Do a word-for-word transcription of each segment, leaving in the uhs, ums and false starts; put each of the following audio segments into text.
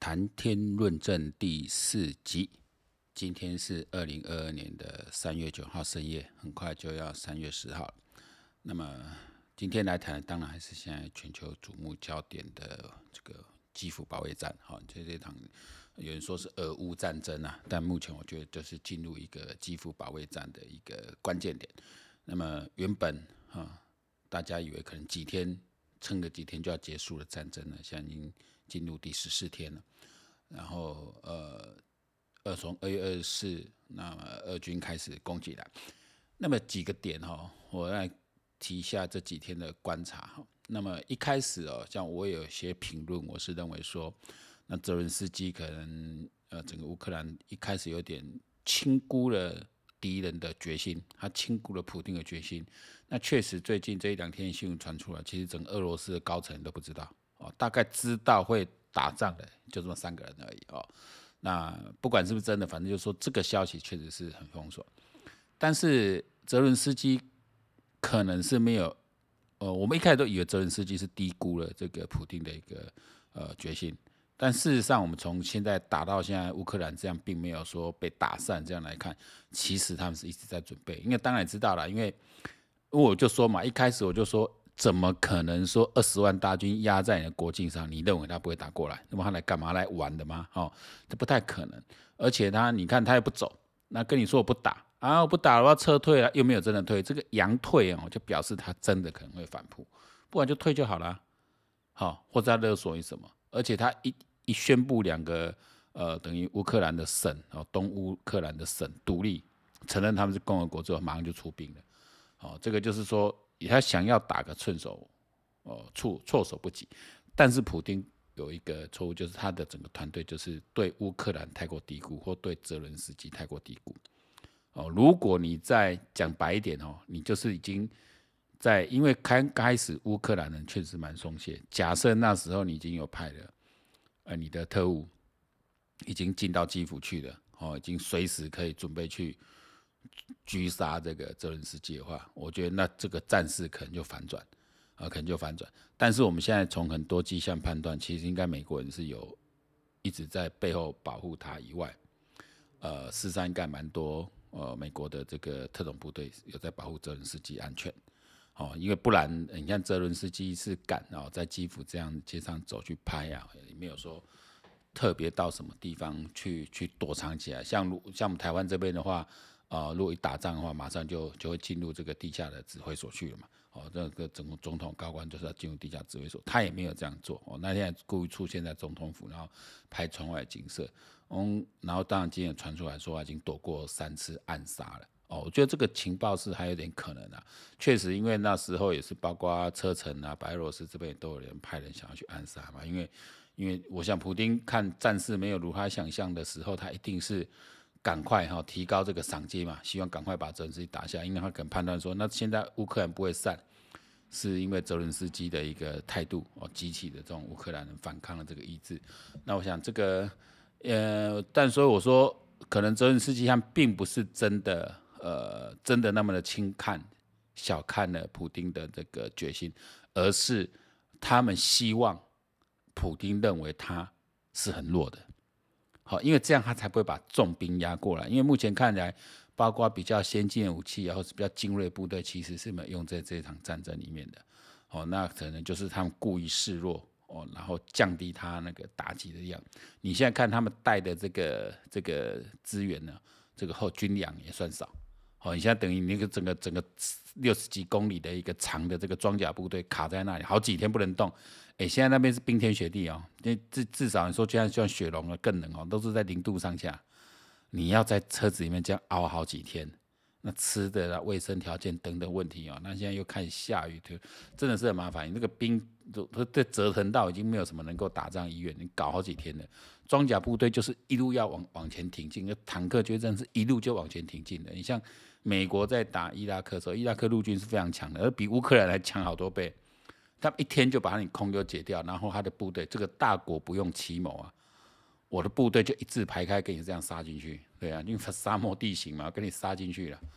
谈天论证第四集，今天是二零二二年的三月九号深夜，很快就要三月十号了。那么今天来谈，当然还是现在全球瞩目焦点的这个基辅保卫战。哈，这这场有人说是俄乌战争啊，但目前我觉得就是进入一个基辅保卫战的一个关键点。那么原本哈，大家以为可能几天撑个几天就要结束了战争了，现在已经进入第十四天了。然后呃，二从二月二十四，那么俄军开始攻击来。那么几个点哈，我来提一下这几天的观察哈。那么一开始哦，像我有些评论，我是认为说，那泽伦斯基可能呃整个乌克兰一开始有点轻估了敌人的决心，他轻估了普丁的决心。那确实最近这一两天新闻传出来，其实整个俄罗斯的高层都不知道哦，大概知道会打仗的就这么三个人而已哦。那不管是不是真的，反正就是说这个消息确实是很封锁。但是泽伦斯基可能是没有，呃，我们一开始都以为泽伦斯基是低估了这个普丁的一个呃决心，但事实上我们从现在打到现在乌克兰这样，并没有说被打散这样来看，其实他们是一直在准备。因为当然知道了，因为我就说嘛，一开始我就说，怎么可能说二十万大军压在你的国境上，你认为他不会打过来？那么他来干嘛？来玩的吗？哦，这不太可能。而且他，你看他也不走，那跟你说我不打啊，我不打了，我要撤退了，又没有真的退。这个洋退哦，就表示他真的可能会反扑，不然就退就好了。好、哦，或者他勒索你什么？而且他一一宣布两个呃，等于乌克兰的省哦，东乌克兰的省独立，承认他们是共和国之后，马上就出兵了。哦，这个就是说，他想要打个寸手，哦，措措手不及。但是普丁有一个错误，就是他的整个团队就是对乌克兰太过低估，或对泽伦斯基太过低估。哦，如果你再讲白一点哦，你就是已经在，因为开开始乌克兰人确实蛮松懈。假设那时候你已经有派了，呃，你的特务已经进到基辅去了，哦，已经随时可以准备去狙杀这个泽伦斯基的话，我觉得那这个战事可能就反转，啊，可能就反转。但是我们现在从很多迹象判断，其实应该美国人是有一直在背后保护他以外，呃，事实上应该蛮多呃美国的这个特种部队有在保护泽伦斯基安全。哦，因为不然，你看泽伦斯基是敢哦在基辅这样街上走去拍啊，也没有说特别到什么地方去去躲藏起来。像像我们台湾这边的话，呃，如果一打仗的话，马上就就会进入这个地下的指挥所去了嘛。哦，这个整个总统高官就是要进入地下指挥所，他也没有这样做。哦，那天故意出现在总统府，然后拍窗外景色。嗯，然后当然今天也传出来说他已经躲过三次暗杀了。哦，我觉得这个情报是还有点可能啊，确实，因为那时候也是包括车臣啊、白俄罗斯这边都有人派人想要去暗杀嘛，因为因为我想普丁看战事没有如他想象的时候，他一定是赶快哈提高这个赏金嘛，希望赶快把泽伦斯基打下，因为他可能判断说，那现在乌克兰不会散，是因为泽伦斯基的一个态度哦，激起的这种乌克兰人反抗的这个意志。那我想这个呃，但所以我说，可能泽伦斯基他并不是真的。呃，真的那么的轻看、小看了普丁的这个决心，而是他们希望普丁认为他是很弱的，好，因为这样他才不会把重兵压过来。因为目前看来，包括比较先进的武器啊，或是比较精锐的部队，其实是没有用在这场战争里面的。哦，那可能就是他们故意示弱。哦，然后降低他那个打击的量。你现在看他们带的这个这个资源呢，这个后军粮也算少。好、哦，你现在等于那个整个整个六十几公里的一个长的这个装甲部队卡在那里，好几天不能动。哎，现在那边是冰天雪地哦，至至少你说就像像雪龙了更冷哦，都是在零度上下。你要在车子里面这样熬好几天，那吃的啦、卫生条件等等问题哦，那现在又开始下雨，真的是很麻烦。你那个冰都都折腾到已经没有什么能够打仗意愿，你搞好几天了。装甲部队就是一路要往往前挺进，那坦克决战是一路就往前挺进的。你像美国在打伊拉克的时候，伊拉克陆军是非常强的，而比乌克兰还强好多倍。他们一天就把你空优解掉，然后他的部队，这个大国不用奇谋啊，我的部队就一字排开，给你这样杀进去，对啊，因为沙漠地形嘛，跟你杀进去了。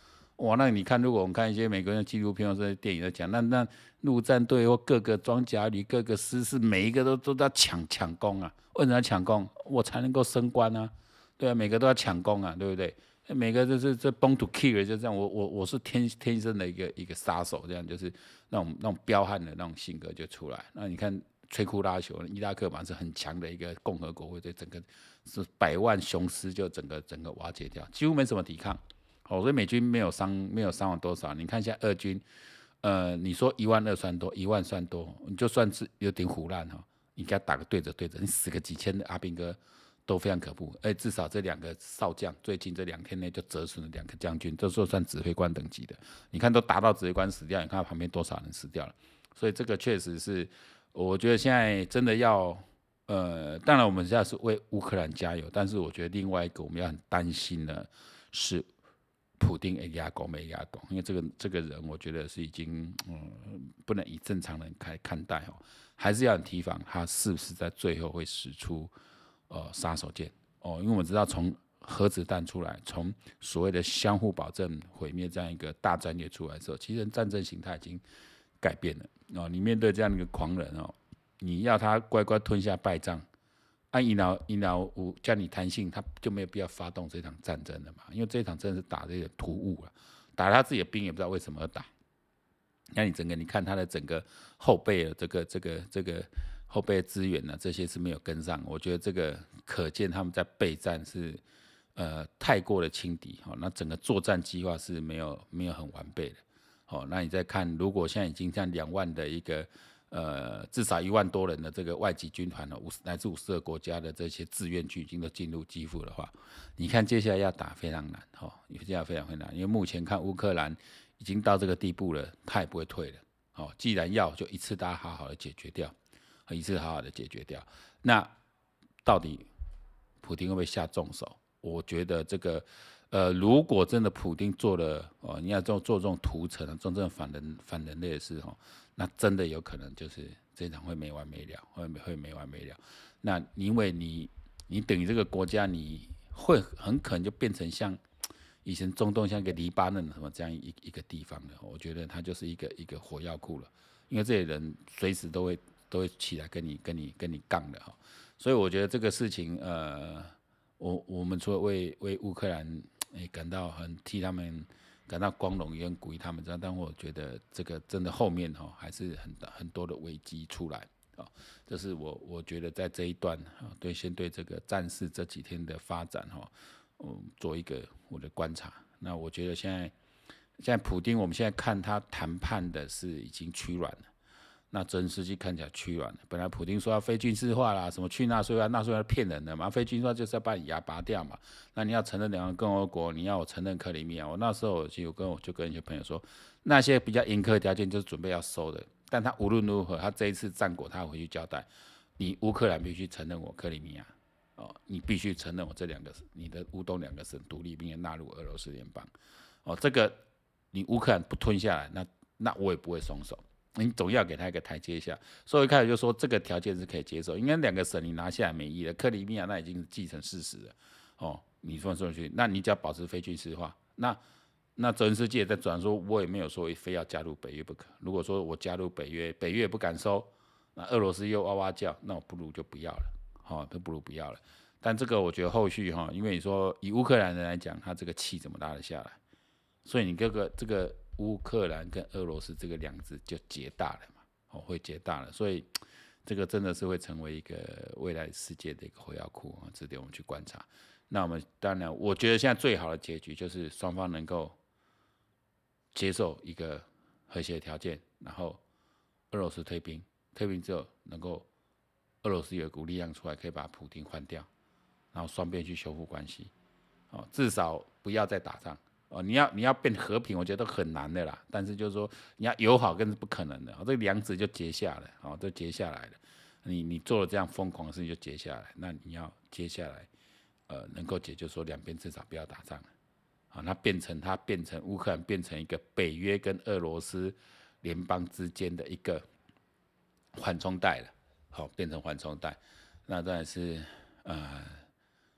哇，那你看，如果我们看一些美国的纪录片或者电影在讲，那那陆战队或各个装甲旅、各个师是每一个都都在抢抢攻啊，为什么要抢攻？我才能够升官啊，对啊，每个都要抢攻啊，对不对？每个就是这 born to kill 就这样，我我我是天天生的一个一个杀手，这样就是那种那种彪悍的那种性格就出来。那你看摧枯拉朽，伊拉克嘛是很强的一个共和国，会对整个是百万雄师就整个整个瓦解掉，几乎没什么抵抗。哦，所以美军没有伤没有伤亡多少。你看一下俄军，呃，你说一万二算多，一万算多，你就算是有点唬烂哈，你给他打个对着对着，你死个几千的阿兵哥。都非常可怖，而至少这两个少将最近这两天内就折损了两个将军，这时候算指挥官等级的。你看都达到指挥官死掉，你看他旁边多少人死掉了，所以这个确实是，我觉得现在真的要，呃，当然我们现在是为乌克兰加油，但是我觉得另外一个我们要很担心的是普丁的压攻没压攻，因为这个这个人我觉得是已经，嗯，不能以正常人来看待哦，还是要很提防他是不是在最后会使出。呃，杀手锏哦，因为我们知道从核子弹出来，从所谓的相互保证毁灭这样一个大战略出来之后，其实战争形态已经改变了哦。你面对这样一个狂人哦，你要他乖乖吞下败仗，按医疗医疗无叫你弹性，他就没有必要发动这场战争了嘛。因为这场真的是打的有点突兀了，打他自己的兵也不知道为什么而打。那你整个你看他的整个后备的这个这个这个。后备资源呢，这些是没有跟上，我觉得这个可见他们在备战是呃太过的轻敌，哦，那整个作战计划是没有没有很完备的，哦，那你再看，如果现在已经像两万的一个呃至少一万多人的这个外籍军团呢，来自五十个国家的这些志愿军已经都进入基辅的话，你看接下来要打非常难，哦，接下来非常非常难，因为目前看乌克兰已经到这个地步了，他也不会退了，哦，既然要就一次大家好好的解决掉。一次好好的解决掉，那到底普丁会不会下重手？我觉得这个，呃，如果真的普丁做了，哦，你要做做这种屠城啊，做这种反人反人类的事哦，那真的有可能就是这场会没完没了，会会没完没了。那因为你你等于这个国家，你会很可能就变成像以前中东像一个黎巴嫩什么这样一一个地方的，我觉得它就是一个一个火药库了，因为这些人随时都会。都会起来跟你跟你跟你杠的哈，所以我觉得这个事情，呃，我我们除了为为乌克兰诶感到很替他们感到光荣，也很鼓励他们这样，但我觉得这个真的后面哈还是很很多的危机出来啊，这是我我觉得在这一段啊，对先对这个战事这几天的发展哈，嗯，做一个我的观察。那我觉得现在现在普丁，我们现在看他谈判的是已经趋软了。那泽连斯基看起来趋软了。本来普丁说要非军事化啦，什么去纳粹化，纳粹化骗人的嘛，非军事化就是要把你牙拔掉嘛。那你要承认两个共和国，你要我承认克里米亚。我那时候我就跟我就跟一些朋友说，那些比较严苛的条件就是准备要收的。但他无论如何，他这一次战果他回去交代，你乌克兰必须承认我克里米亚，哦，你必须承认我这两个你的乌东两个省独立，并且纳入俄罗斯联邦。哦，这个你乌克兰不吞下来，那那我也不会松手。你总要给他一个台阶下，所以一开始就说这个条件是可以接受，因为两个省你拿下来没意义了，克里米亚那已经既成事实了，哦，你放上去，那你只要保持非军事化，那那泽连斯基也在转说，我也没有说非要加入北约不可。如果说我加入北约，北约也不敢收，那俄罗斯又哇哇叫，那我不如就不要了，好、哦，都不如不要了。但这个我觉得后续哈，因为你说以乌克兰人来讲，他这个气怎么拉得下来？所以你这个这个。乌克兰跟俄罗斯这个两子就结大了嘛，哦，会结大了，所以这个真的是会成为一个未来世界的一个火药库啊，值得我们去观察。那我们当然，我觉得现在最好的结局就是双方能够接受一个和谐条件，然后俄罗斯退兵，退兵之后能够俄罗斯有一股力量出来，可以把普丁换掉，然后双边去修复关系，哦，至少不要再打仗。哦，你要你要变和平，我觉得都很难的啦。但是就是说，你要友好更是不可能的。哦，这个梁子就结下了，哦，都结下来了。你你做了这样疯狂的事情就结下来，那你要接下来，呃，能够解，就是说两边至少不要打仗了。啊，那变成它变成乌克兰变成一个北约跟俄罗斯联邦之间的一个缓冲带了，好，变成缓冲带。那当然是呃，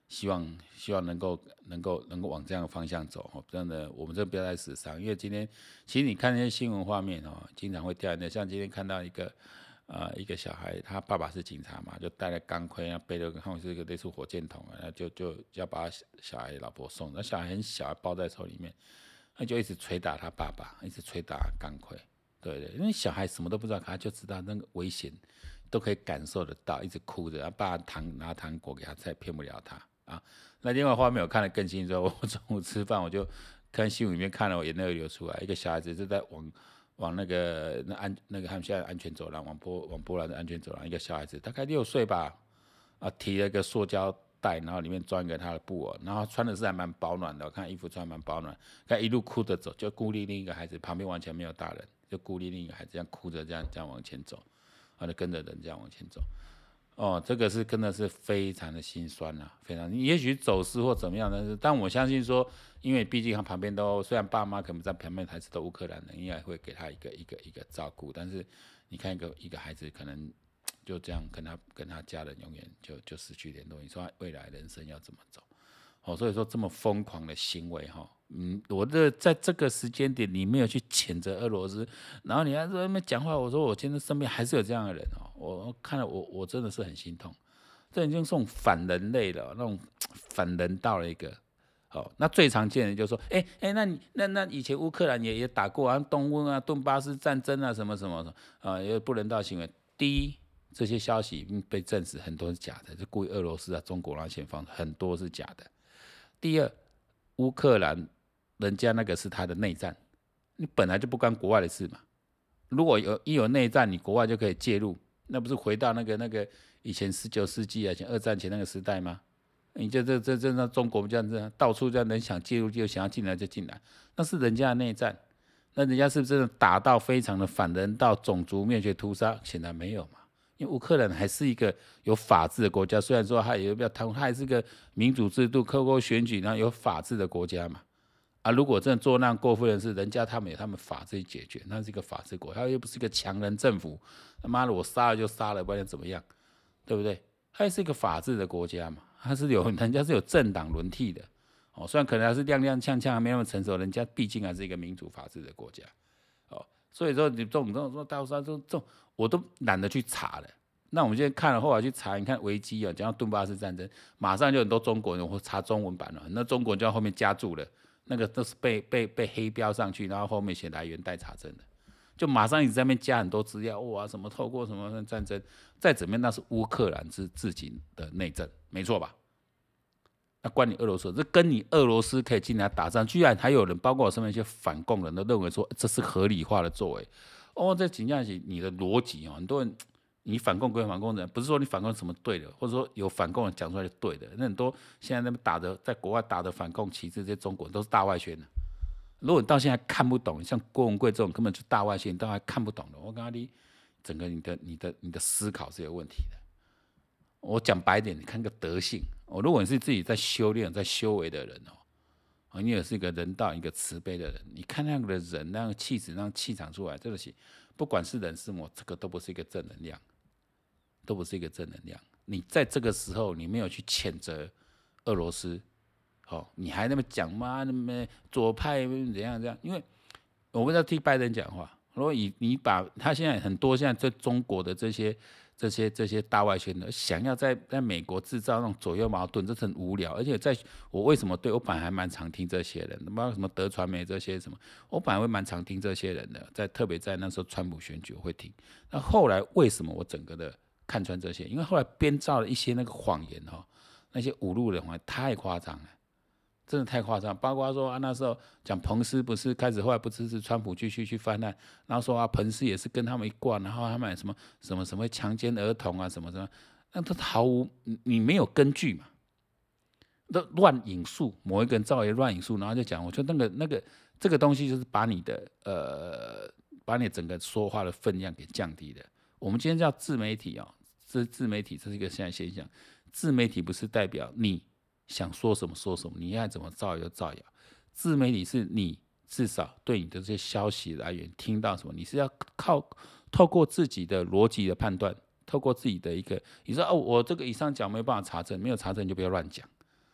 希望希望能够能够能够往这样的方向走哦，真的，我们这不要再死伤，因为今天其实你看那些新闻画面哦，经常会掉眼泪。像今天看到一个呃一个小孩，他爸爸是警察嘛，就带了钢盔啊，背了个好像是一个类似火箭筒啊，就就要把他小孩老婆送，那小孩很小，抱在手里面，他就一直捶打他爸爸，一直捶打钢盔。对对，因为小孩什么都不知道，他就知道那个危险，都可以感受得到，一直哭着，他爸糖拿糖果给他，再骗不了他啊。那另外画面我看得更清楚，我中午吃饭我就看新闻里面看了，我眼泪流出来，一个小孩子就在往往那个那安那个他们现在安全走廊，往波往波兰的安全走廊，一个小孩子大概六岁吧，啊，提了一个塑胶袋，然后里面装一个他的布偶，然后穿的是还蛮保暖的，我看衣服穿蛮保暖，他一路哭着走，就孤立另一个孩子，旁边完全没有大人。就孤立另一个孩子，这样哭着，这样这样往前走，他就跟着人这样往前走。哦，这个是真的是非常的心酸啊，非常。也许走失或怎么样，但是但我相信说，因为毕竟他旁边都虽然爸妈可能在旁边还是都乌克兰人，应该会给他一个一个一个照顾，但是你看一个一个孩子可能就这样跟他跟他家人永远就就失去联络，你说他未来人生要怎么走？哦，所以说这么疯狂的行为哈，嗯，我的在这个时间点你没有去谴责俄罗斯，然后你还在那边讲话，我说我今天身边还是有这样的人哦，我看了我我真的是很心痛，这已经是种反人类了，那种反人道的一个。哦，那最常见的就是说，哎、欸、哎、欸，那你那那以前乌克兰也也打过啊，东乌啊、顿巴斯战争啊，什么什么啊，有不人道行为。第一，这些消息已经被证实很多是假的，就故意俄罗斯啊、中国那些方很多是假的。第二，乌克兰人家那个是他的内战，你本来就不关国外的事嘛。如果有一有内战，你国外就可以介入，那不是回到那个那个以前十九世纪啊，以前二战前那个时代吗？你就这这这那中国这样子，到处这样能想介入就想要进来就进来，那是人家的内战，那人家是不是真的打到非常的反人道、种族灭绝、屠杀？显然没有嘛。因为乌克兰还是一个有法治的国家，虽然说它也比较贪污，它还是个民主制度、透过选举，然后有法治的国家嘛。啊，如果真的做那样过分的事，人家他们有他们法治解决，那是一个法治国，它又不是一个强人政府。他妈的，我杀了就杀了，不然怎么样？对不对？它也是一个法治的国家嘛，它是有人家是有政党轮替的。哦，虽然可能还是踉踉跄跄，还没那么成熟，人家毕竟还是一个民主法治的国家。哦，所以说你这种这种说大屠杀这种这种，我都懒得去查了。那我们现在看了，后来去查，你看维基啊，讲到顿巴斯战争，马上就很多中国人会查中文版了，那中国人就在后面加注了，那个都是被被被黑标上去，然后后面写来源待查证的，就马上一直在那边加很多资料，哇，什么透过什么战争，再怎么样那是乌克兰自自己的内政，没错吧？那关你俄罗斯，这跟你俄罗斯可以进来打仗，居然还有人，包括我身边一些反共人都认为说这是合理化的作为。哦，这仅仅是你的逻辑哦，很多人你反共归反共人，不是说你反共什么对的，或者说有反共人讲出来就对的。那很多现在那边打的，在国外打的反共旗帜，这些中国人都是大外宣的。如果你到现在看不懂，像郭文贵这种根本就大外宣，你到还看不懂的，我跟你整个你的你的你的思考是有问题的。我讲白一点，你看个德性。哦，如果你是自己在修炼、在修为的人哦，你也是一个人道、一个慈悲的人，你看那样的人、那样的气质、那样气场出来，这个是不管是人是魔，这个都不是一个正能量，都不是一个正能量。你在这个时候，你没有去谴责俄罗斯，哦，你还那么讲吗？那么左派怎样怎样？因为我们在替拜登讲话，如果你你把他现在很多现在在中国的这些。这些这些大外宣的想要在在美国制造那种左右矛盾，这很无聊。而且在我为什么对我本来还蛮常听这些人，包括什么德传媒这些什么，我本来会蛮常听这些人的，在特别在那时候川普选举我会听。那后来为什么我整个的看穿这些？因为后来编造了一些那个谎言哈，那些侮辱人谎言太夸张了。真的太夸张，包括说啊，那时候讲彭斯不是开始后来不支持川普继续去翻案，然后说啊，彭斯也是跟他们一挂，然后他们什么什么什么强奸儿童啊，什么什么，那都毫无你没有根据嘛，都乱引述，某一个人造一乱引述，然后就讲，我觉得那个那个这个东西就是把你的呃，把你整个说话的分量给降低了。我们今天叫自媒体哦，这自媒体这是一个现在现象，自媒体不是代表你。想说什么说什么，你爱怎么造谣就造谣。自媒体是你至少对你的这些消息来源听到什么，你是要靠透过自己的逻辑的判断，透过自己的一个，你说哦，我这个以上讲没有办法查证，没有查证你就不要乱讲。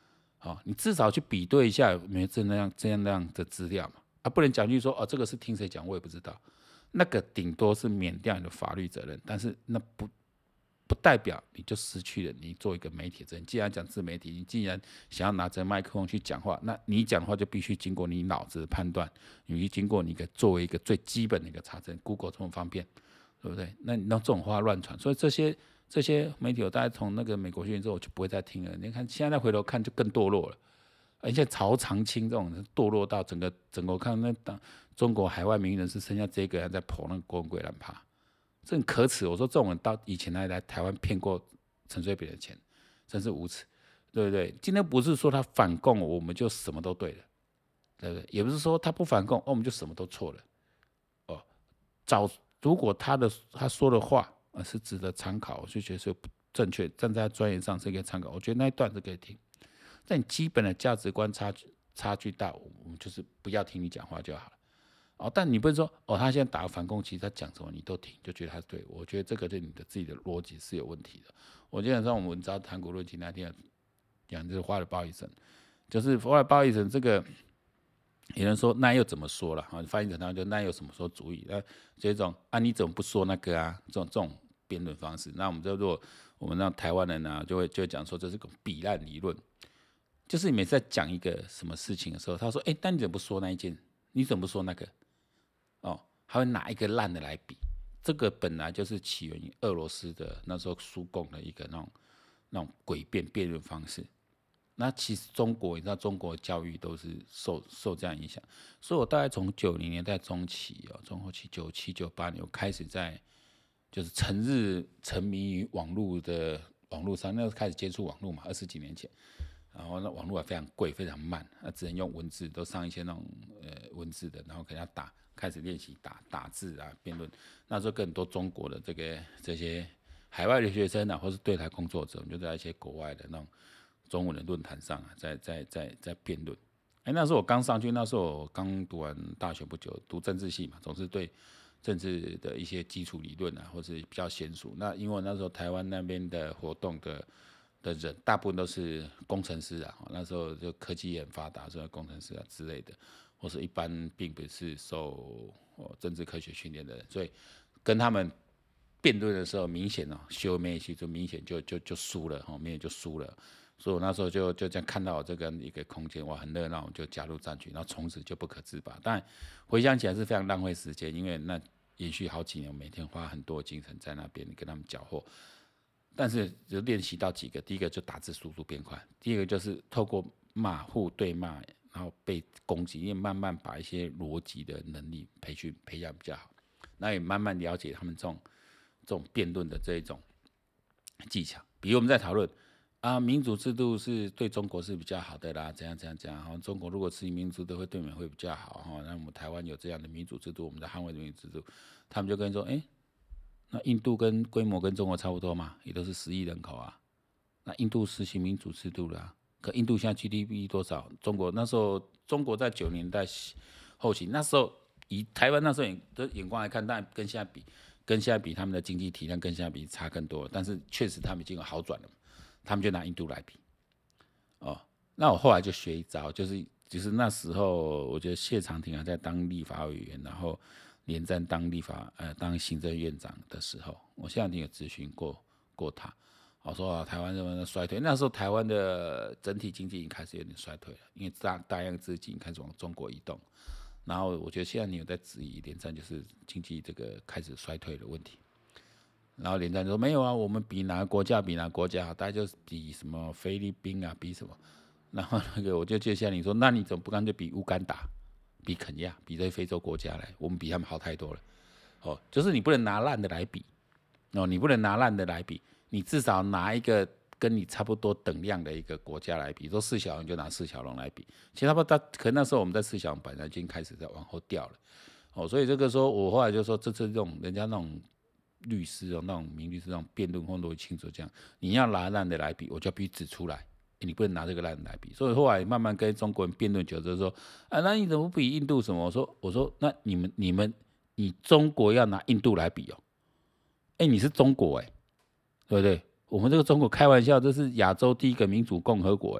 好、哦，你至少去比对一下有没有这样这样那样的资料嘛，啊，不能讲句说哦，这个是听谁讲我也不知道，那个顶多是免掉你的法律责任，但是那不不代表你就失去了你做一个媒体的责任。既然讲自媒体，你既然想要拿着麦克风去讲话，那你讲的话就必须经过你脑子的判断，你必须经过你一个作为一个最基本的一个查证 ，Google 这么方便，对不对？那你让这种话乱传，所以这些。这些媒体，我大概从那个美国学院之后，我就不会再听了。你看，现在再回头看，就更堕落了。而且曹长青这种人堕落到整个整个，我看那当中国海外名人是剩下这个人在捧那个郭文贵来爬，这很可耻。我说这种人到以前来来台湾骗过陈水扁的钱，真是无耻，对不对？今天不是说他反共，我们就什么都对了，对不对？也不是说他不反共，哦，我们就什么都错了。哦，早如果他的他说的话。是值得参考，我就觉得是正确，站在专业上是可以参考。我觉得那一段是可以听，但你基本的价值观差距差距大，我们就是不要听你讲话就好了。哦，但你不是说哦，他现在打反攻，其实他讲什么你都听，就觉得他是对。我觉得这个对你的自己的逻辑是有问题的。我基本上我们知道谈古论今那天讲就是花了包一生，就是花了包一生这个。有人说那又怎么说了？翻译成他就那有什么说主义？那这种啊你怎么不说那个啊？这种这种辩论方式，那我们就如果我们让台湾人呢、啊，就会就会讲说这是个比烂理论，就是你每次在讲一个什么事情的时候，他说哎，但你怎么不说那一件？你怎么不说那个？哦，他会拿一个烂的来比，这个本来就是起源于俄罗斯的那时候苏共的一个那种那种诡辩辩论方式。那其实中国，你知道中国教育都是受受这样影响，所以我大概从九零年代中期哦，中后期九七九八年，我开始在就是成日沉迷于网络的网络上，那时候开始接触网络嘛，二十几年前，然后那网络还非常贵，非常慢，那只能用文字，都上一些那种呃文字的，然后给他打，开始练习打打字啊，辩论。那时候更多中国的这个这些海外留学生啊，或是对台工作者，我们就在一些国外的那种。中文的论坛上啊，在在在在辩论。哎，那时候我刚上去，那时候我刚读完大学不久，读政治系嘛，总是对政治的一些基础理论啊，或是比较娴熟。那因为那时候台湾那边的活动的的人，大部分都是工程师啊，那时候就科技也很发达，所以工程师啊之类的，或是一般并不是受政治科学训练的人，所以跟他们辩论的时候，明显哦，修没去就明显就就就输了，哦，明显就输了。所以我那时候就就这样看到这个一个空间，哇，很热闹，就加入战局，然后从此就不可自拔。但回想起来是非常浪费时间，因为那延续好几年，每天花很多精神在那边跟他们缴获。但是就练习到几个，第一个就打字速度变快，第二个就是透过骂互对骂，然后被攻击，因为慢慢把一些逻辑的能力培训培养比较好，那也慢慢了解他们这种这种辩论的这一种技巧。比如我们在讨论。啊，民主制度是对中国是比较好的啦，怎样怎样怎样。中国如果实行民主制度会对我们会比较好哈。那我们台湾有这样的民主制度，我们在捍卫民主制度，他们就跟你说，哎，那印度跟规模跟中国差不多嘛，也都是十亿人口啊。那印度实行民主制度了、啊，可印度现在 G D P 多少？中国那时候，中国在九十年代后期，那时候以台湾那时候的眼光来看，当然跟现在比，跟现在比，他们的经济体量跟现在比差更多，但是确实他们已经有好转了。他们就拿印度来比，哦，那我后来就学一招，就是就是那时候，我觉得谢长廷还在当立法委员，然后连战当立法呃当行政院长的时候，我谢长廷有咨询过过他，我说、啊、台湾怎么衰退？那时候台湾的整体经济已经开始有点衰退了，因为大大量资金开始往中国移动，然后我觉得现在你有在质疑连战就是经济这个开始衰退的问题。然后连战就说没有啊，我们比哪个国家比哪个国家好，大概就是比什么菲律宾啊，比什么。然后那个我就接下来你说，那你怎么不干脆比乌干达、比肯亚、比这些非洲国家来？我们比他们好太多了。哦，就是你不能拿烂的来比，哦，你不能拿烂的来比，你至少拿一个跟你差不多等量的一个国家来比，说四小龙就拿四小龙来比。其实他们他可能那时候我们在四小龙本来已经开始在往后掉了。哦，所以这个说我后来就说，这次这种人家那种。律师哦，那种名律师那种辩论，或都会清楚这样。你要拿烂的来比，我就必须指出来，欸、你不能拿这个烂的来比。所以后来慢慢跟中国人辩论久，就是说，啊，那你怎么不比印度什么？我说，我说，那你们你们你中国要拿印度来比哦？哎、欸，你是中国哎、欸，对不对？我们这个中国开玩笑，这是亚洲第一个民主共和国哎、欸，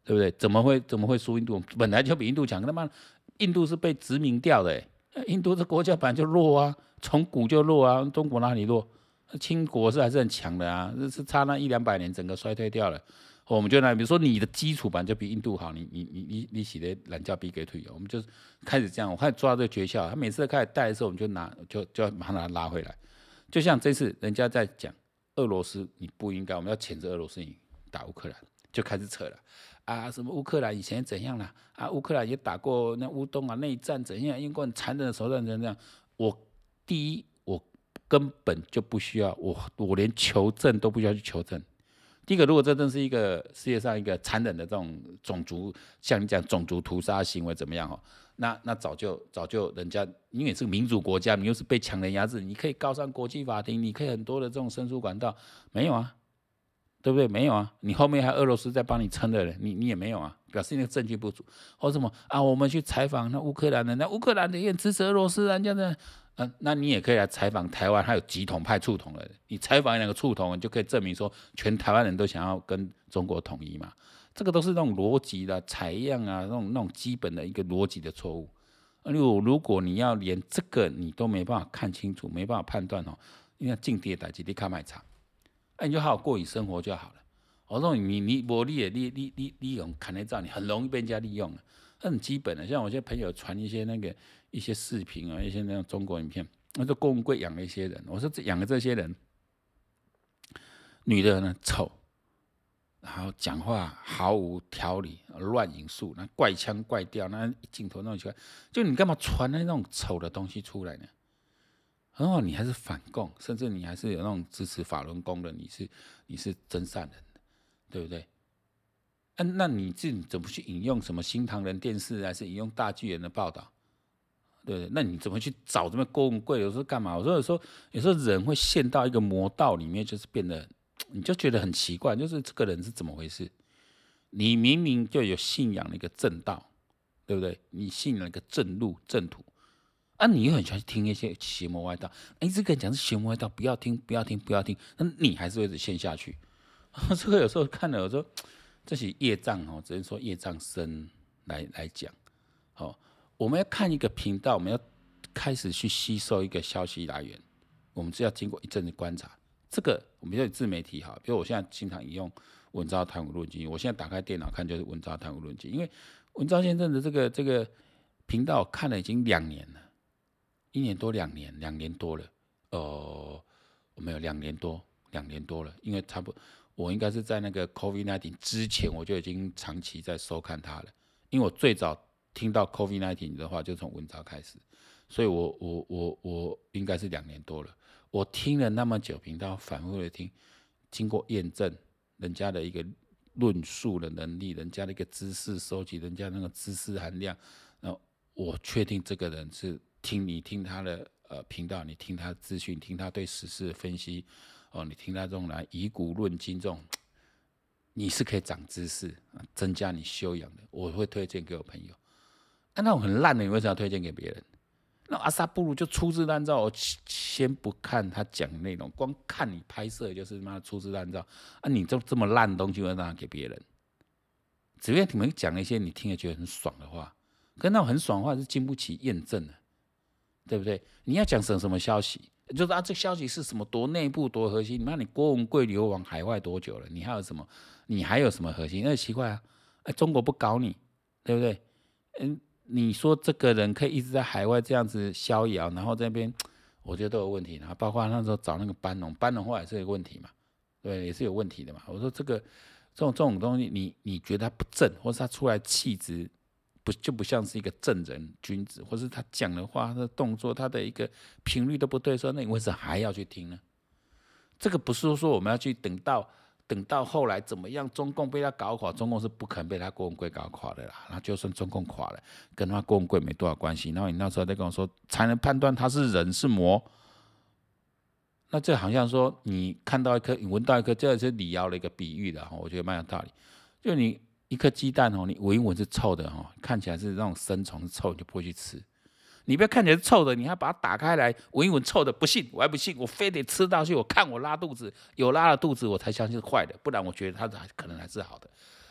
对不对？怎么会怎么会输印度？本来就比印度强，他妈印度是被殖民掉的，印度这国家本来就弱啊，从古就弱啊，中国哪里弱？清国是还是很强的啊，是差那一两百年整个衰退掉了。我们就那比如说你的基础版就比印度好，你你你你你写的懒觉比给退，我们就开始这样，我开始抓这个诀窍。他每次开始带的时候，我们就拿就就要马上把他拉回来。就像这次人家在讲俄罗斯，你不应该，我们要谴责俄罗斯你打乌克兰，就开始扯了啊，什么乌克兰以前怎样啦？啊，乌克兰也打过那乌东啊内战怎样，用过很残忍的手段怎样？我第一我根本就不需要，我我连求证都不需要去求证。第一个，如果这真是一个世界上一个残忍的这种种族，像你讲种族屠杀行为怎么样哦？那那早就早就人家，因为是个民主国家，你又是被强人压制，你可以告上国际法庭，你可以很多的这种申诉管道，没有啊，对不对？没有啊，你后面还俄罗斯在帮你撑的人，你你也没有啊，表示那个证据不足，或什么啊？我们去采访那乌克兰人，那乌克兰的也支持俄罗斯，人家的。嗯、呃，那你也可以来采访台湾，还有极统派促统的人。你采访两个促统，你就可以证明说，全台湾人都想要跟中国统一嘛？这个都是那种逻辑的采样啊，那种那种基本的一个逻辑的错误。如如果你要连这个你都没办法看清楚，没办法判断哦，你看境地的代志，你看卖场，哎，你就好好过你生活就好了。我说你你我你也利利利利用看得到，你很容易被人家利用了，很基本的。像我些朋友传一些那个。一些视频啊，一些那种中国影片，那说郭文贵养了一些人，我说养的这些人，女的呢丑，然后讲话毫无条理，乱引述，那怪腔怪调，那镜头弄起来，就你干嘛传那种丑的东西出来呢？然后你还是反共，甚至你还是有那种支持法轮功的，你是你是真善人，对不对？啊、那你自己怎么去引用什么新唐人电视，还是引用大纪元的报道？对不对？那你怎么去找这么郭文贵？有时候干嘛？我说有时候有时候人会陷到一个魔道里面，就是变得你就觉得很奇怪，就是这个人是怎么回事？你明明就有信仰的一个正道，对不对？你信仰一个正路正途，啊，你又很喜欢听一些邪魔歪道。哎，这个人讲是邪魔歪道，不要听，不要听，不要听，那你还是会一直陷下去。这个有时候看了，有时候这些业障哦，只能说业障深来来讲，哦。我们要看一个频道，我们要开始去吸收一个消息来源，我们是要经过一阵子观察。这个我们就自媒体哈，比如我现在经常引用文章谈武论经，我现在打开电脑看就是文章谈武论经，因为文章先生的这个这个频道我看了已经两年了，一年多两年，两年多了，呃，我没有两年多，两年多了，因为差不多我应该是在那个 COVID 十九 之前我就已经长期在收看他了，因为我最早。听到 COVID 十九 的话，就从文章开始，所以我我我我应该是两年多了。我听了那么久频道，反复的听，经过验证，人家的一个论述的能力，人家的一个知识收集，人家那个知识含量，然后我确定这个人是听你听他的呃频道，你听他的资讯，听他对时事的分析，哦，你听他这种来以古论今这种。你是可以长知识，增加你修养的，我会推荐给我朋友。啊、那种很烂的，你为什么要推荐给别人？那阿萨布鲁就粗制滥造，我先不看他讲的内容，光看你拍摄就是妈粗制滥造啊！你就这么烂的东西，为什么要给别人？只愿你们讲一些你听了觉得很爽的话，可是那种很爽的话是经不起验证的，对不对？你要讲什么什么消息，就是啊，这个消息是什么多内部多核心？你看你郭文贵流亡海外多久了？你还有什么？你还有什么核心？那奇怪啊！哎，中国不搞你，对不对？嗯。你说这个人可以一直在海外这样子逍遥，然后这边我觉得都有问题啊，包括那时候找那个班农，班农后来是有问题嘛，对，也是有问题的嘛。我说这个这种这种东西，你你觉得他不正，或是他出来气质不就不像是一个正人君子，或是他讲的话、他的动作、他的一个频率都不对，说那你为什么还要去听呢？这个不是说我们要去等到。等到后来怎么样？中共被他搞垮，中共是不可能被他郭文贵搞垮的啦。那就算中共垮了，跟他郭文贵没多少关系。然后你那时候在跟我说，才能判断他是人是魔。那这好像说你看到一颗，你闻到一颗，这是李敖的一个比喻的，我觉得蛮有道理。就你一颗鸡蛋哦，你闻一闻是臭的哦，看起来是那种生虫是臭，你就不会去吃。你不要看起来是臭的，你还把它打开来闻一闻臭的，不信我还不信，我非得吃到去，我看我拉肚子，有拉了肚子我才相信是坏的，不然我觉得它可能还是好的。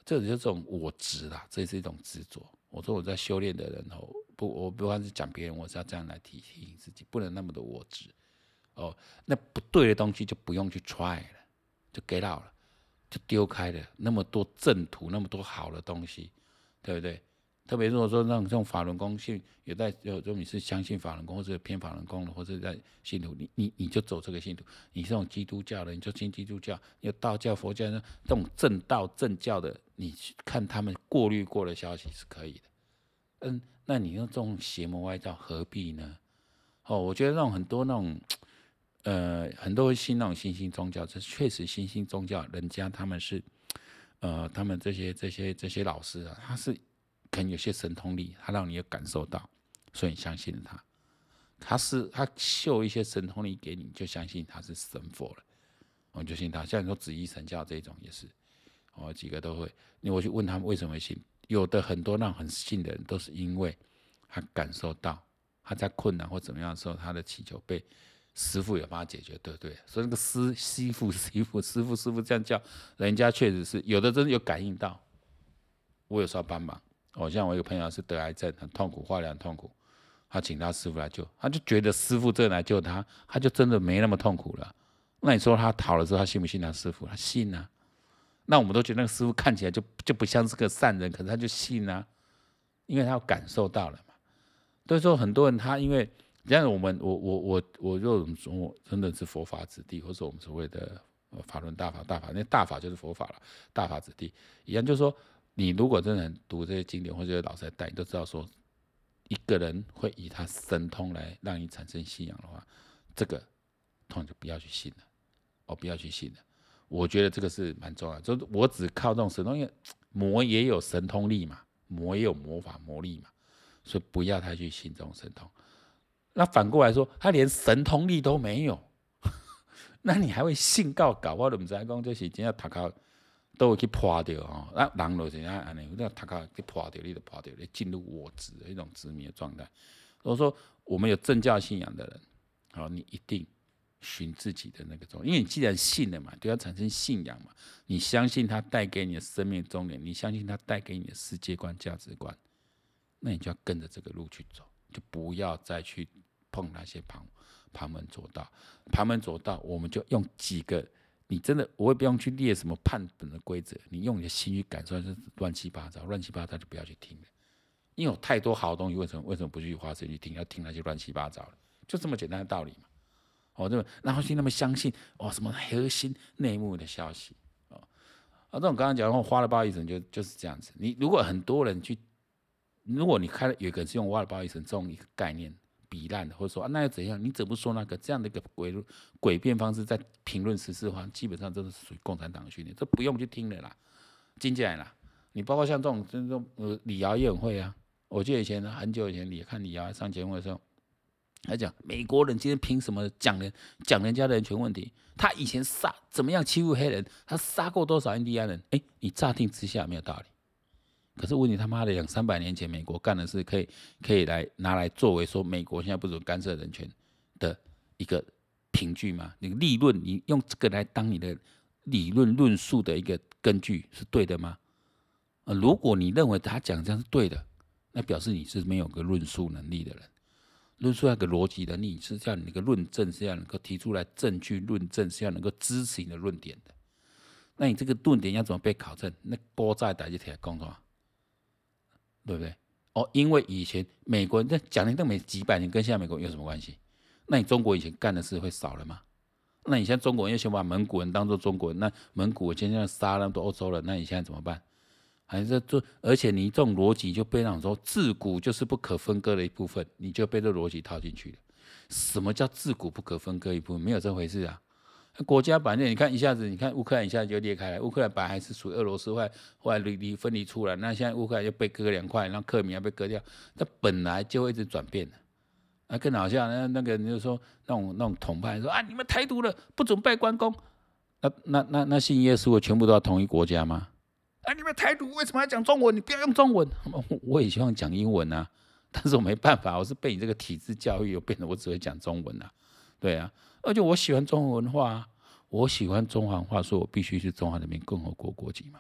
这就是这种我执啦，这是一种执着。我说我在修炼的人哦，不，我不光是讲别人，我是要这样来提提醒自己，不能那么的我执哦。那不对的东西就不用去 try 了，就 get out 了，就丢开了。那么多正途，那么多好的东西，对不对？特别如果说那种这种法轮功信有在有，如果你是相信法轮功或者偏法轮功的，或者在信徒，你你你就走这个信徒。你是这种基督教的，你就信基督教；有道教、佛教这种正道正教的，你去看他们过滤过的消息是可以的。嗯，那你用这种邪魔歪道何必呢？哦，我觉得那种很多那种呃很多信那种新兴宗教，这确实新兴宗教，人家他们是呃他们这些这些这些老师啊，他是。可能有些神通力，他让你有感受到，所以你相信了他。他是他秀一些神通力给你，就相信他是神佛了，我就信他。像你说紫衣神教这种也是，哦，几个都会。我去问他们为什么会信，有的很多那种很信的人，都是因为他感受到他在困难或怎么样的时候，他的祈求被师父有帮他解决，对不对？所以那个师师父师父师父师父这样叫，人家确实是有的真的有感应到，我有时候帮忙。哦，像我一个朋友是得癌症，很痛苦，化疗很痛苦，他请他师父来救，他就觉得师父真的来救他，他就真的没那么痛苦了。那你说他逃了之后，他信不信他师父？他信啊。那我们都觉得那个师父看起来就就不像是个善人，可是他就信啊，因为他感受到了嘛。所以说很多人他因为这样，我们我我我我如果我们说真的是佛法子弟，或者我们所谓的法轮大法大法，那大法就是佛法了，大法子弟一样，就是说。你如果真的很读这些经典，或者老师来带，你都知道说，一个人会以他神通来让你产生信仰的话，这个通常就不要去信了，哦，不要去信了。我觉得这个是蛮重要的，就是我只靠这种神通，因为魔也有神通力嘛，魔也有魔法魔力嘛，所以不要太去信这种神通。那反过来说，他连神通力都没有，那你还会信告搞？我都不知道讲这是真正读到。都会去破掉哦，那人就是安尼，那他卡去破掉，你就破掉，你进入我执的一种执迷的状态。如果说我们有正教信仰的人，好，你一定寻自己的那个宗，因为你既然信了嘛，对它产生信仰嘛，你相信它带给你的生命终点，你相信它带给你的世界观、价值观，那你就要跟着这个路去走，就不要再去碰那些旁旁门左道。旁门左道，我们就用几个。你真的，我也不用去列什么判本的规则，你用你的心去感受，是乱七八糟，乱七八糟就不要去听了。因为有太多好的东西，为什么为什么不去花时间去听？要听那些乱七八糟的，就这么简单的道理嘛。哦，对吧？然后去那么相信哦什么核心内幕的消息哦，啊，这种刚刚讲的花了八亿神就就是这样子。你如果很多人去，如果你开了有一个人是用花了八亿神这种一个概念。比烂的，或者说、啊、那又怎样？你怎么说那个这样的一个诡诡辩方式在评论时事的话，基本上都是属于共产党的训练，这不用去听了啦，听起来啦。你包括像这种这种呃李敖也很会啊，我记得以前很久以前你看李敖上节目的时候，他讲美国人今天凭什么讲人讲人家的人权问题？他以前杀怎么样欺负黑人？他杀过多少印第安人？哎，你乍听之下没有道理。可是问题他妈的两三百年前美国干的事，可以可以来拿来作为说美国现在不准干涉人权的一个凭据吗？你立论，你用这个来当你的理论论述的一个根据是对的吗？呃，如果你认为他讲这样是对的，那表示你是没有个论述能力的人。论述那个逻辑能力是要你那个论证是要能够提出来证据论证是要能够支持你的论点的。那你这个论点要怎么被考证？那古早大家听讲的话。对不对？哦，因为以前美国人讲了那么几百年，跟现在美国有什么关系？那你中国以前干的事会少了吗？那你现在中国人又想把蒙古人当做中国人，那蒙古人现在杀那么多欧洲人，那你现在怎么办？还是做？而且你这种逻辑就被那种说自古就是不可分割的一部分，你就被这逻辑套进去了。什么叫自古不可分割一部分？没有这回事啊！国家本来你看一下子，你看乌克兰一下子就裂开了。乌克兰本来还是属于俄罗斯，后来后来离分离出来，那现在乌克兰就被割两块，然后克里米亚被割掉，它本来就会一直转变的。啊，更好笑，那那个你就说那种那种统派说啊，你们台独了，不准拜关公。那那那那信耶稣的全部都要同一国家吗？啊，你们台独为什么要讲中文？你不要用中文。我也希望讲英文啊，但是我没办法，我是被你这个体制教育，我变得我只会讲中文啊。对啊。而且我喜欢中华文化、啊，我喜欢中华文化，所以我必须是中华人民共和国国籍嘛。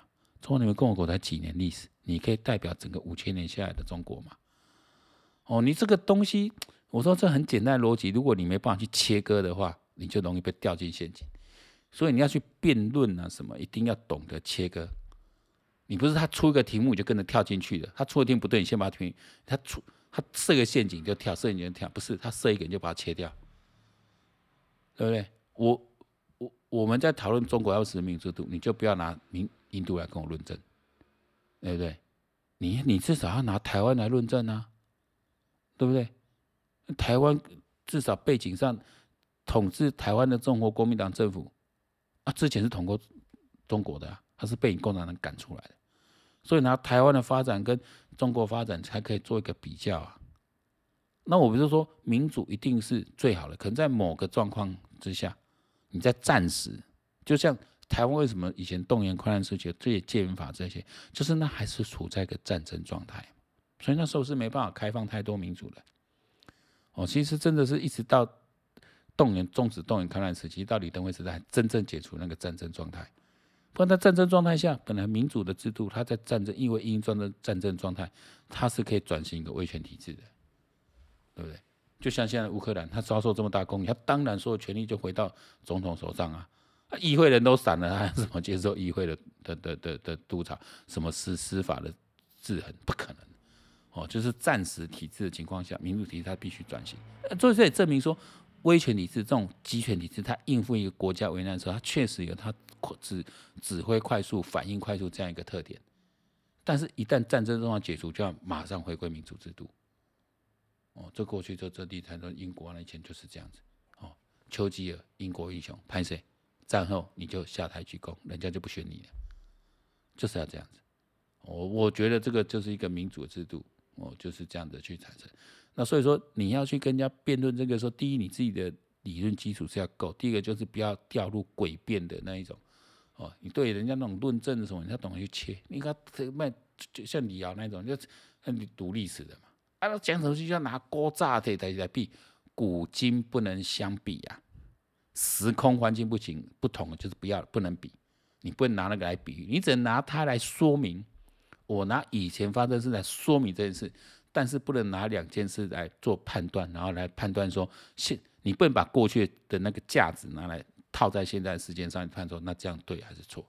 中华人民共和国才几年历史，你可以代表整个五千年下来的中国吗？哦，你这个东西，我说这很简单的逻辑，如果你没办法去切割的话，你就容易被掉进陷阱。所以你要去辩论啊什么，一定要懂得切割。你不是他出一个题目你就跟着跳进去的，他出的题目不对，你先把它听，他出他设一个陷阱就跳，设陷阱就跳，不是他设一个你就把它切掉，对不对？我我我们在讨论中国要实民主制度，你就不要拿民印度来跟我论证，对不对？你你至少要拿台湾来论证啊，对不对？台湾至少背景上统治台湾的中国国民党政府啊，之前是统过中国的啊，他是被你共产党赶出来的，所以拿台湾的发展跟中国发展才可以做一个比较啊。那我不是说民主一定是最好的，可能在某个状况之下，你在暂时，就像台湾为什么以前动员戡乱时期这些戒严法这些，就是那还是处在一个战争状态，所以那时候是没办法开放太多民主的。哦，其实真的是一直到动员终止动员戡乱时期，到李登辉时代真正解除那个战争状态。不然在战争状态下，本来民主的制度，它在战争因为因战争战争状态，它是可以转型一个威权体制的，对不对？就像现在乌克兰，他遭受这么大攻击，他当然所有权力就回到总统手上啊。议会人都散了，他怎么接受议会的的的的的督察？什么司司法的制衡？不可能。哦，就是暂时体制的情况下，民主体制它必须转型。所以这也证明说，威权体制这种集权体制，它应付一个国家危难的时候，它确实有它指指挥快速、反应快速这样一个特点。但是，一旦战争状况解除，就要马上回归民主制度。哦，这过去就这地谈论英国那以前就是这样子。哦，丘吉尔，英国英雄，拍谁？战后你就下台鞠躬，人家就不选你了，就是要这样子。我我觉得这个就是一个民主制度。哦，就是这样的去产生。那所以说，你要去跟人家辩论这个说，第一，你自己的理论基础是要够；第一个就是不要掉入诡辩的那一种。哦，你对人家那种论证的什么，你要懂得去切。你看，卖就像李敖那种，就是你读历史的嘛。啊，讲什么就要拿锅炸的来来比，古今不能相比啊。时空环境不行不同，就是不要不能比。你不能拿那个来比喻，你只能拿它来说明。我拿以前发生的事来说明这件事，但是不能拿两件事来做判断，然后来判断说现你不能把过去的那个价值拿来套在现在的时间上判断说那这样对还是错？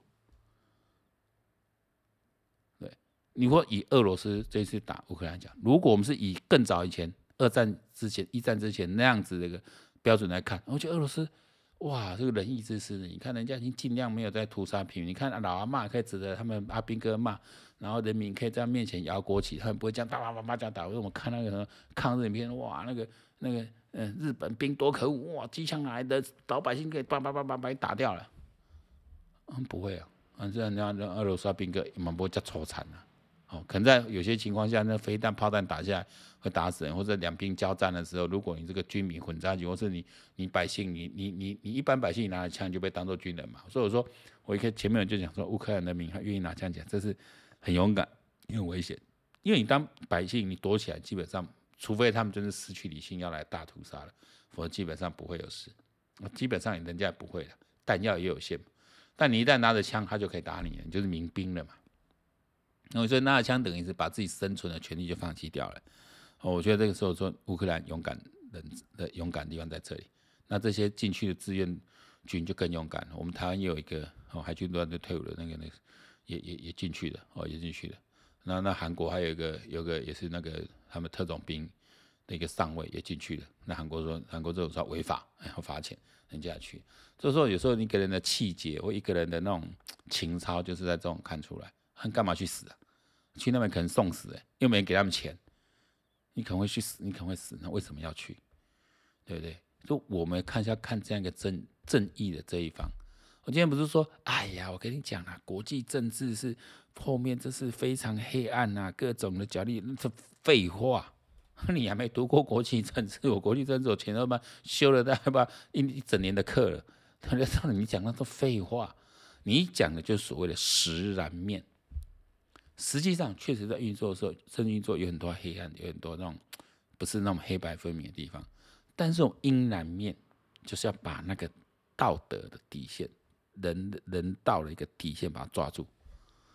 对，你说以俄罗斯这次打乌克兰讲，如果我们是以更早以前二战之前、一战之前那样子的一个标准来看，我觉得俄罗斯哇，这个仁义之师，你看人家已经尽量没有在屠杀平民，你看老阿嬷可以指着他们阿兵哥骂。然后人民可以在面前摇国旗，他们不会这样叭叭叭叭这样打。因为我们看那个抗日影片，哇，那个那个嗯，日本兵多可恶，哇，机枪来的，老百姓可以叭叭叭叭把你打掉了。嗯，不会啊，反正人家俄罗斯兵哥蛮不会叫抽惨啊。哦，可能在有些情况下，那飞弹、炮弹打下来会打死人，或者两兵交战的时候，如果你这个军民混在一起，或是你你百姓，你你你你一般百姓你拿了枪就被当作军人嘛。所以我说，我一开前面就讲说，乌克兰人民他愿意拿枪讲，这是。很勇敢，因为危险，因为你当百姓，你躲起来，基本上，除非他们真的失去理性要来大屠杀了，否则基本上不会有事。基本上人家也不会的，弹药也有限。但你一旦拿着枪，他就可以打你了，你就是民兵了嘛。所以拿着枪等于是把自己生存的权利就放弃掉了。我觉得这个时候说乌克兰勇敢人的勇敢的地方在这里。那这些进去的志愿军就更勇敢了。我们台湾也有一个海军陆战队退伍的那个那个。也也也进去了哦，也进去了。那那韩国还有一个有个也是那个他们特种兵的一个上尉也进去了。那韩国说韩国这种说违法，要罚钱，人家去。所以说有时候一个人的气节或一个人的那种情操，就是在这种看出来。他干嘛去死啊？去那边可能送死哎、欸，又没人给他们钱，你可能会去死，你可能会死，那为什么要去？对不对？就我们看一下看这样一个正正义的这一方。我今天不是说，哎呀，我跟你讲啦，国际政治是后面这是非常黑暗啊，各种的角力，那是废话。你还没读过国际政治，我国际政治我前头嘛修了大概吧一一整年的课了，他就让你讲那都废话，你讲的就是所谓的实然面。实际上，确实在运作的时候，政治运作有很多黑暗，有很多那种不是那种黑白分明的地方。但是这种阴然面，就是要把那个道德的底线。人人道的一个底线，把它抓住。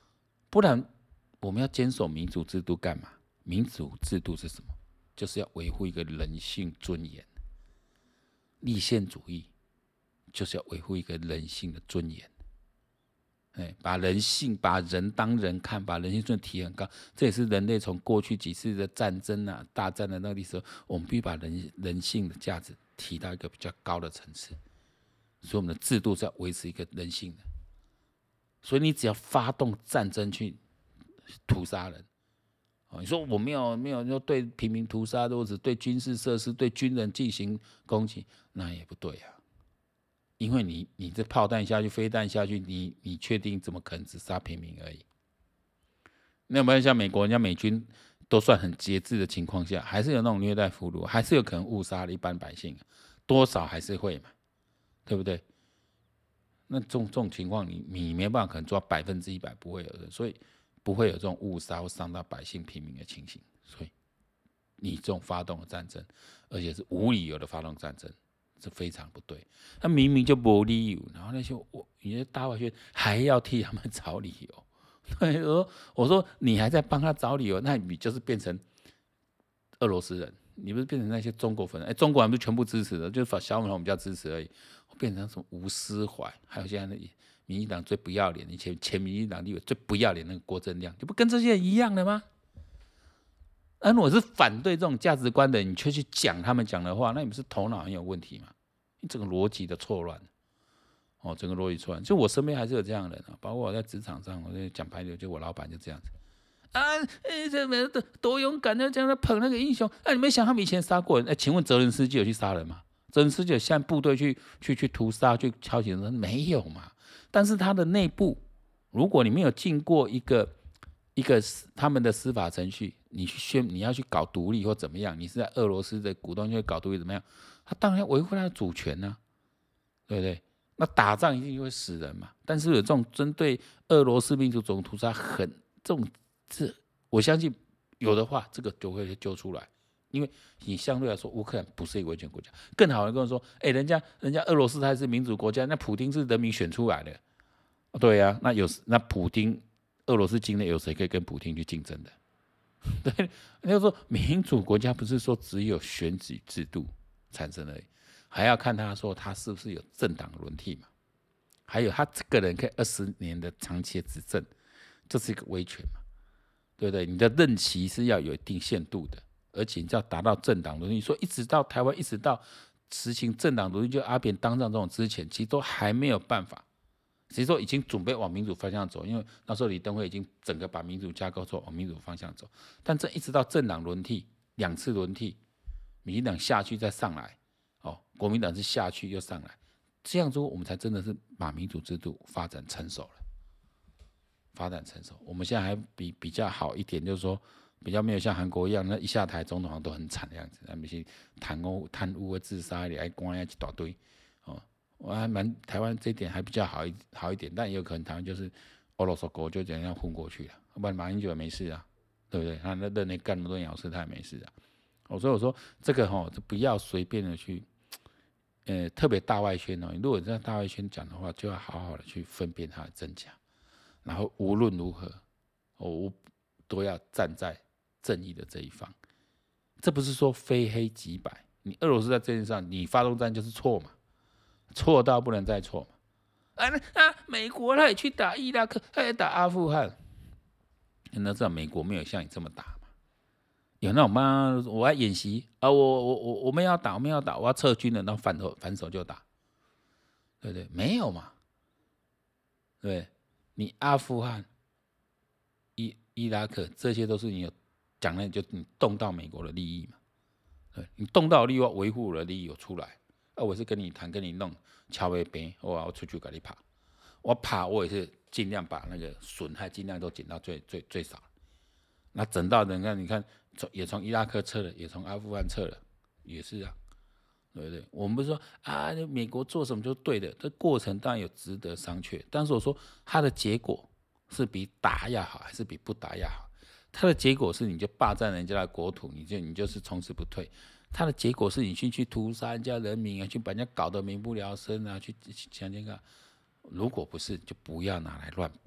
不然我们要坚守民主制度干嘛？民主制度是什么？就是要维护一个人性尊严。立宪主义就是要维护一个人性的尊严。哎，把人性、把人当人看，把人性尊严提很高，这也是人类从过去几次的战争啊、大战的那个历史，我们必须把人人性的价值提到一个比较高的层次。所以我们的制度是要维持一个人性的。所以你只要发动战争去屠杀人，你说我没有没有说对平民屠杀，或者对军事设施、对军人进行攻击，那也不对啊。因为你你这炮弹下去、飞弹下去，你你确定怎么可能只杀平民而已？那有没有像美国人家美军都算很节制的情况下，还是有那种虐待俘虏，还是有可能误杀了一般百姓，多少还是会嘛，对不对？那这种这种情况你，你没办法可能做到百分之一百不会有的，所以不会有这种误杀或伤到百姓平民的情形。所以你这种发动的战争，而且是无理由的发动战争，是非常不对。他明明就没理由，然后那些我你的大外宣还要替他们找理由。对，我说我说你还在帮他找理由，那你就是变成俄罗斯人，你不是变成那些中国粉？哎，中国人不是全部支持的，就是小粉红比较支持而已。变成什么吴思怀，还有现在的民进党最不要脸，以前前民进党立委最不要脸那个郭正亮，就不跟这些人一样的吗？而我是反对这种价值观的，你却去讲他们讲的话，那你不是头脑很有问题吗？你整个逻辑的错乱，哦，整个逻辑错乱。就我身边还是有这样的人啊，包括我在职场上，我在讲白点，就我老板就这样子啊，哎，这人多勇敢的这样捧那个英雄，啊，你没想他们以前杀过人？哎，请问泽连斯基有去杀人吗？泽连斯基有向部队去去去屠杀、去敲醒人？没有嘛？但是他的内部，如果你没有经过一个一个他们的司法程序，你去宣你要去搞独立或怎么样，你是在俄罗斯的股东去搞独立怎么样？他当然要维护他的主权呢、啊，对不对？那打仗一定会死人嘛。但是有这种针对俄罗斯民族种屠杀很这种，这我相信有的话，这个就会揪出来。因为你相对来说，乌克兰不是一个威权国家，更好的跟我说，哎、欸，人家人家俄罗斯它是民主国家，那普丁是人民选出来的，对呀、啊，那有那普丁俄罗斯境内有谁可以跟普丁去竞争的？对，你就说民主国家不是说只有选举制度产生而已，还要看他说他是不是有政党轮替嘛，还有他这个人可以二十年的长期执政，这是一个威权嘛，对不对？你的任期是要有一定限度的。而且你要达到政党轮替，说一直到台湾，一直到实行政党轮替，就阿扁当上这种之前，其实都还没有办法。其实说已经准备往民主方向走，因为那时候李登辉已经整个把民主架构做往民主方向走。但这一直到政党轮替，两次轮替，民进党下去再上来，哦，国民党是下去又上来，这样做我们才真的是把民主制度发展成熟了。发展成熟，我们现在还比比较好一点，就是说。比较没有像韩国一样，那一下台总统好像都很惨的样子，那不是贪污、贪污、自杀的，还关一大堆。哦，我还蛮台湾这一点还比较好一好一点，但也有可能台湾就是俄罗斯狗就这样混过去了，要不然马英九也没事啊，对不对？他那任内干那么多鸟事，他也没事啊。哦，所以我说这个哈、哦，不要随便的去，呃，特别大外宣哦，如果在大外宣讲的话，就要好好的去分辨它的真假，然后无论如何，哦，都要站在正义的这一方，这不是说非黑即白。你俄罗斯在这件事上，你发动战就是错嘛，错到不能再错嘛。啊啊！美国他也去打伊拉克，他也打阿富汗，你要知道美国没有像你这么打嘛。有那种吗？我要演习啊，我我我我们要打，我们要打，我要撤军了，然后反手反手就打，对不对？没有嘛，对不对？你阿富汗、伊伊拉克这些都是你有。讲的就你动到美国的利益嘛，对，你动到利益，维护我的利益有出来，啊，我是跟你谈，跟你弄，敲杯杯，我我出去给你爬，我爬我也是尽量把那个损害尽量都减到最最最少，那整到人家你看，也从伊拉克撤了，也从阿富汗撤了，也是啊，对不对？我们不是说啊，美国做什么就对的，这过程当然有值得商榷，但是我说它的结果是比打要好，还是比不打要好？它的结果是你就霸占人家的国土，你就你就是从此不退。它的结果是你去去屠杀人家人民啊，去把人家搞得民不聊生啊，去强奸啊。如果不是，就不要拿来乱比。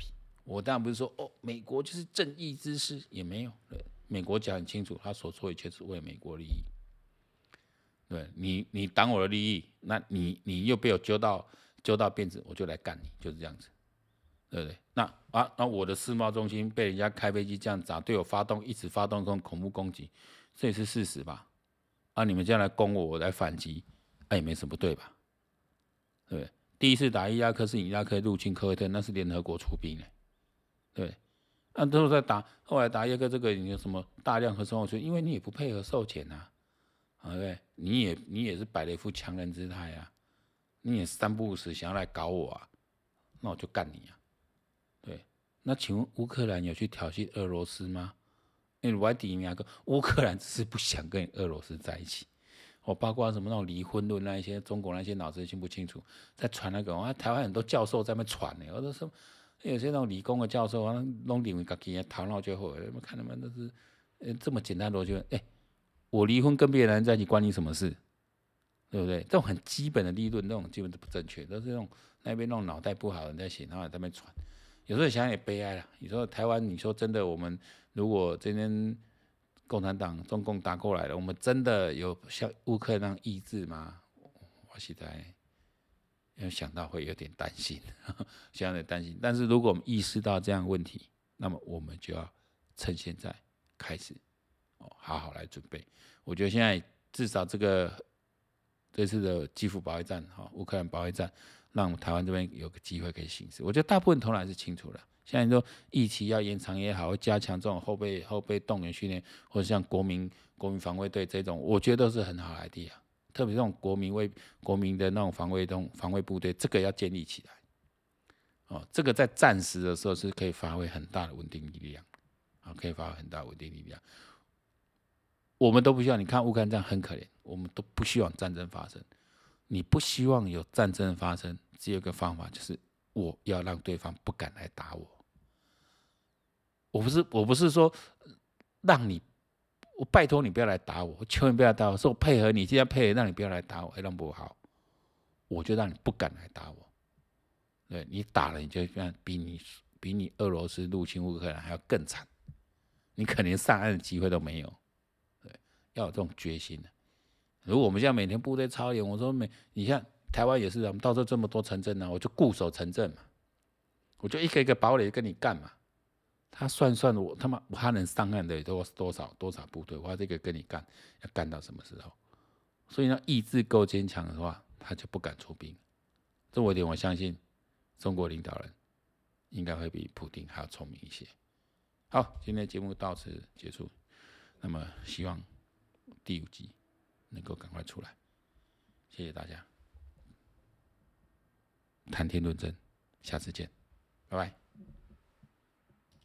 我当然不是说哦，美国就是正义之师，也没有。美国讲很清楚，他所做一切是为美国利益。对你，你挡我的利益，那你你又被我揪到揪到辫子，我就来干你，就是这样子，对不对？那啊，那我的世贸中心被人家开飞机这样砸，对我发动一直发动这种恐怖攻击，这也是事实吧？啊，你们这样来攻我，我来反击，哎、啊，也没什么不对吧？对不对？第一次打伊拉克是伊拉克入侵科威特，那是联合国出兵的，对不对？那都在打，后来打伊拉克这个你有什么大量核生物质？因为你也不配合授权啊。对不对？你也你也是摆了一副强人姿态啊，你也三不五时想要来搞我啊，那我就干你啊！对，那请问乌克兰有去挑衅俄罗斯吗？因为我还底面个乌克兰只是不想跟俄罗斯在一起。我包括什么那种离婚论那一些，中国那些脑子清不清楚，在传那个，啊，台湾很多教授在那边传呢，我都说有些那种理工的教授啊，弄点自己头脑就好了，看他们都是，呃，这么简单逻辑，哎。我离婚跟别人在一起关你什么事？对不对？这种很基本的理论，那种基本都不正确，都是那种那边那种脑袋不好的人在写，然后在那边传。有时候想想也悲哀了。你说台湾，你说真的，我们如果今天共产党、中共打过来了，我们真的有像乌克兰那样意志吗？我现在有想到会有点担心，想有点担心。但是如果我们意识到这样的问题，那么我们就要趁现在开始。好好来准备，我觉得现在至少这个这次的基辅保卫战，哈，乌克兰保卫战，让台湾这边有个机会可以行使。我觉得大部分头脑还是清楚了。现在说疫期要延长也好，加强这种后备后备动员训练，或者像国民国民防卫队这种，我觉得都是很好的 idea。特别这种国民卫国民的那种防卫动防卫部队，这个要建立起来。哦，这个在战时的时候是可以发挥很大的稳定力量，啊，可以发挥很大的稳定力量。我们都不希望，你看乌克兰这样很可怜，我们都不希望战争发生。你不希望有战争发生，只有一个方法，就是我要让对方不敢来打我。我不是我不是说让你，我拜托你不要来打我，我求你不要来打我，说我配合你，既然配合让你不要来打我，还让不好，我就让你不敢来打我。对，你打了，你就比你比你俄罗斯入侵乌克兰还要更惨，你可能上岸的机会都没有。要有这种决心的。如果我们现在每天部队操演，我说每你像台湾也是啊，我们到时候这么多城镇呢、啊，我就固守城镇嘛，我就一个一个堡垒跟你干嘛。他算算我他妈他能上岸的多多少多少部队，我要这个跟你干，要干到什么时候？所以呢，意志够坚强的话，他就不敢出兵。这我一点我相信，中国领导人应该会比普丁还要聪明一些。好，今天节目到此结束。那么希望第五集能够赶快出来，谢谢大家，谈天论政，下次见，拜拜。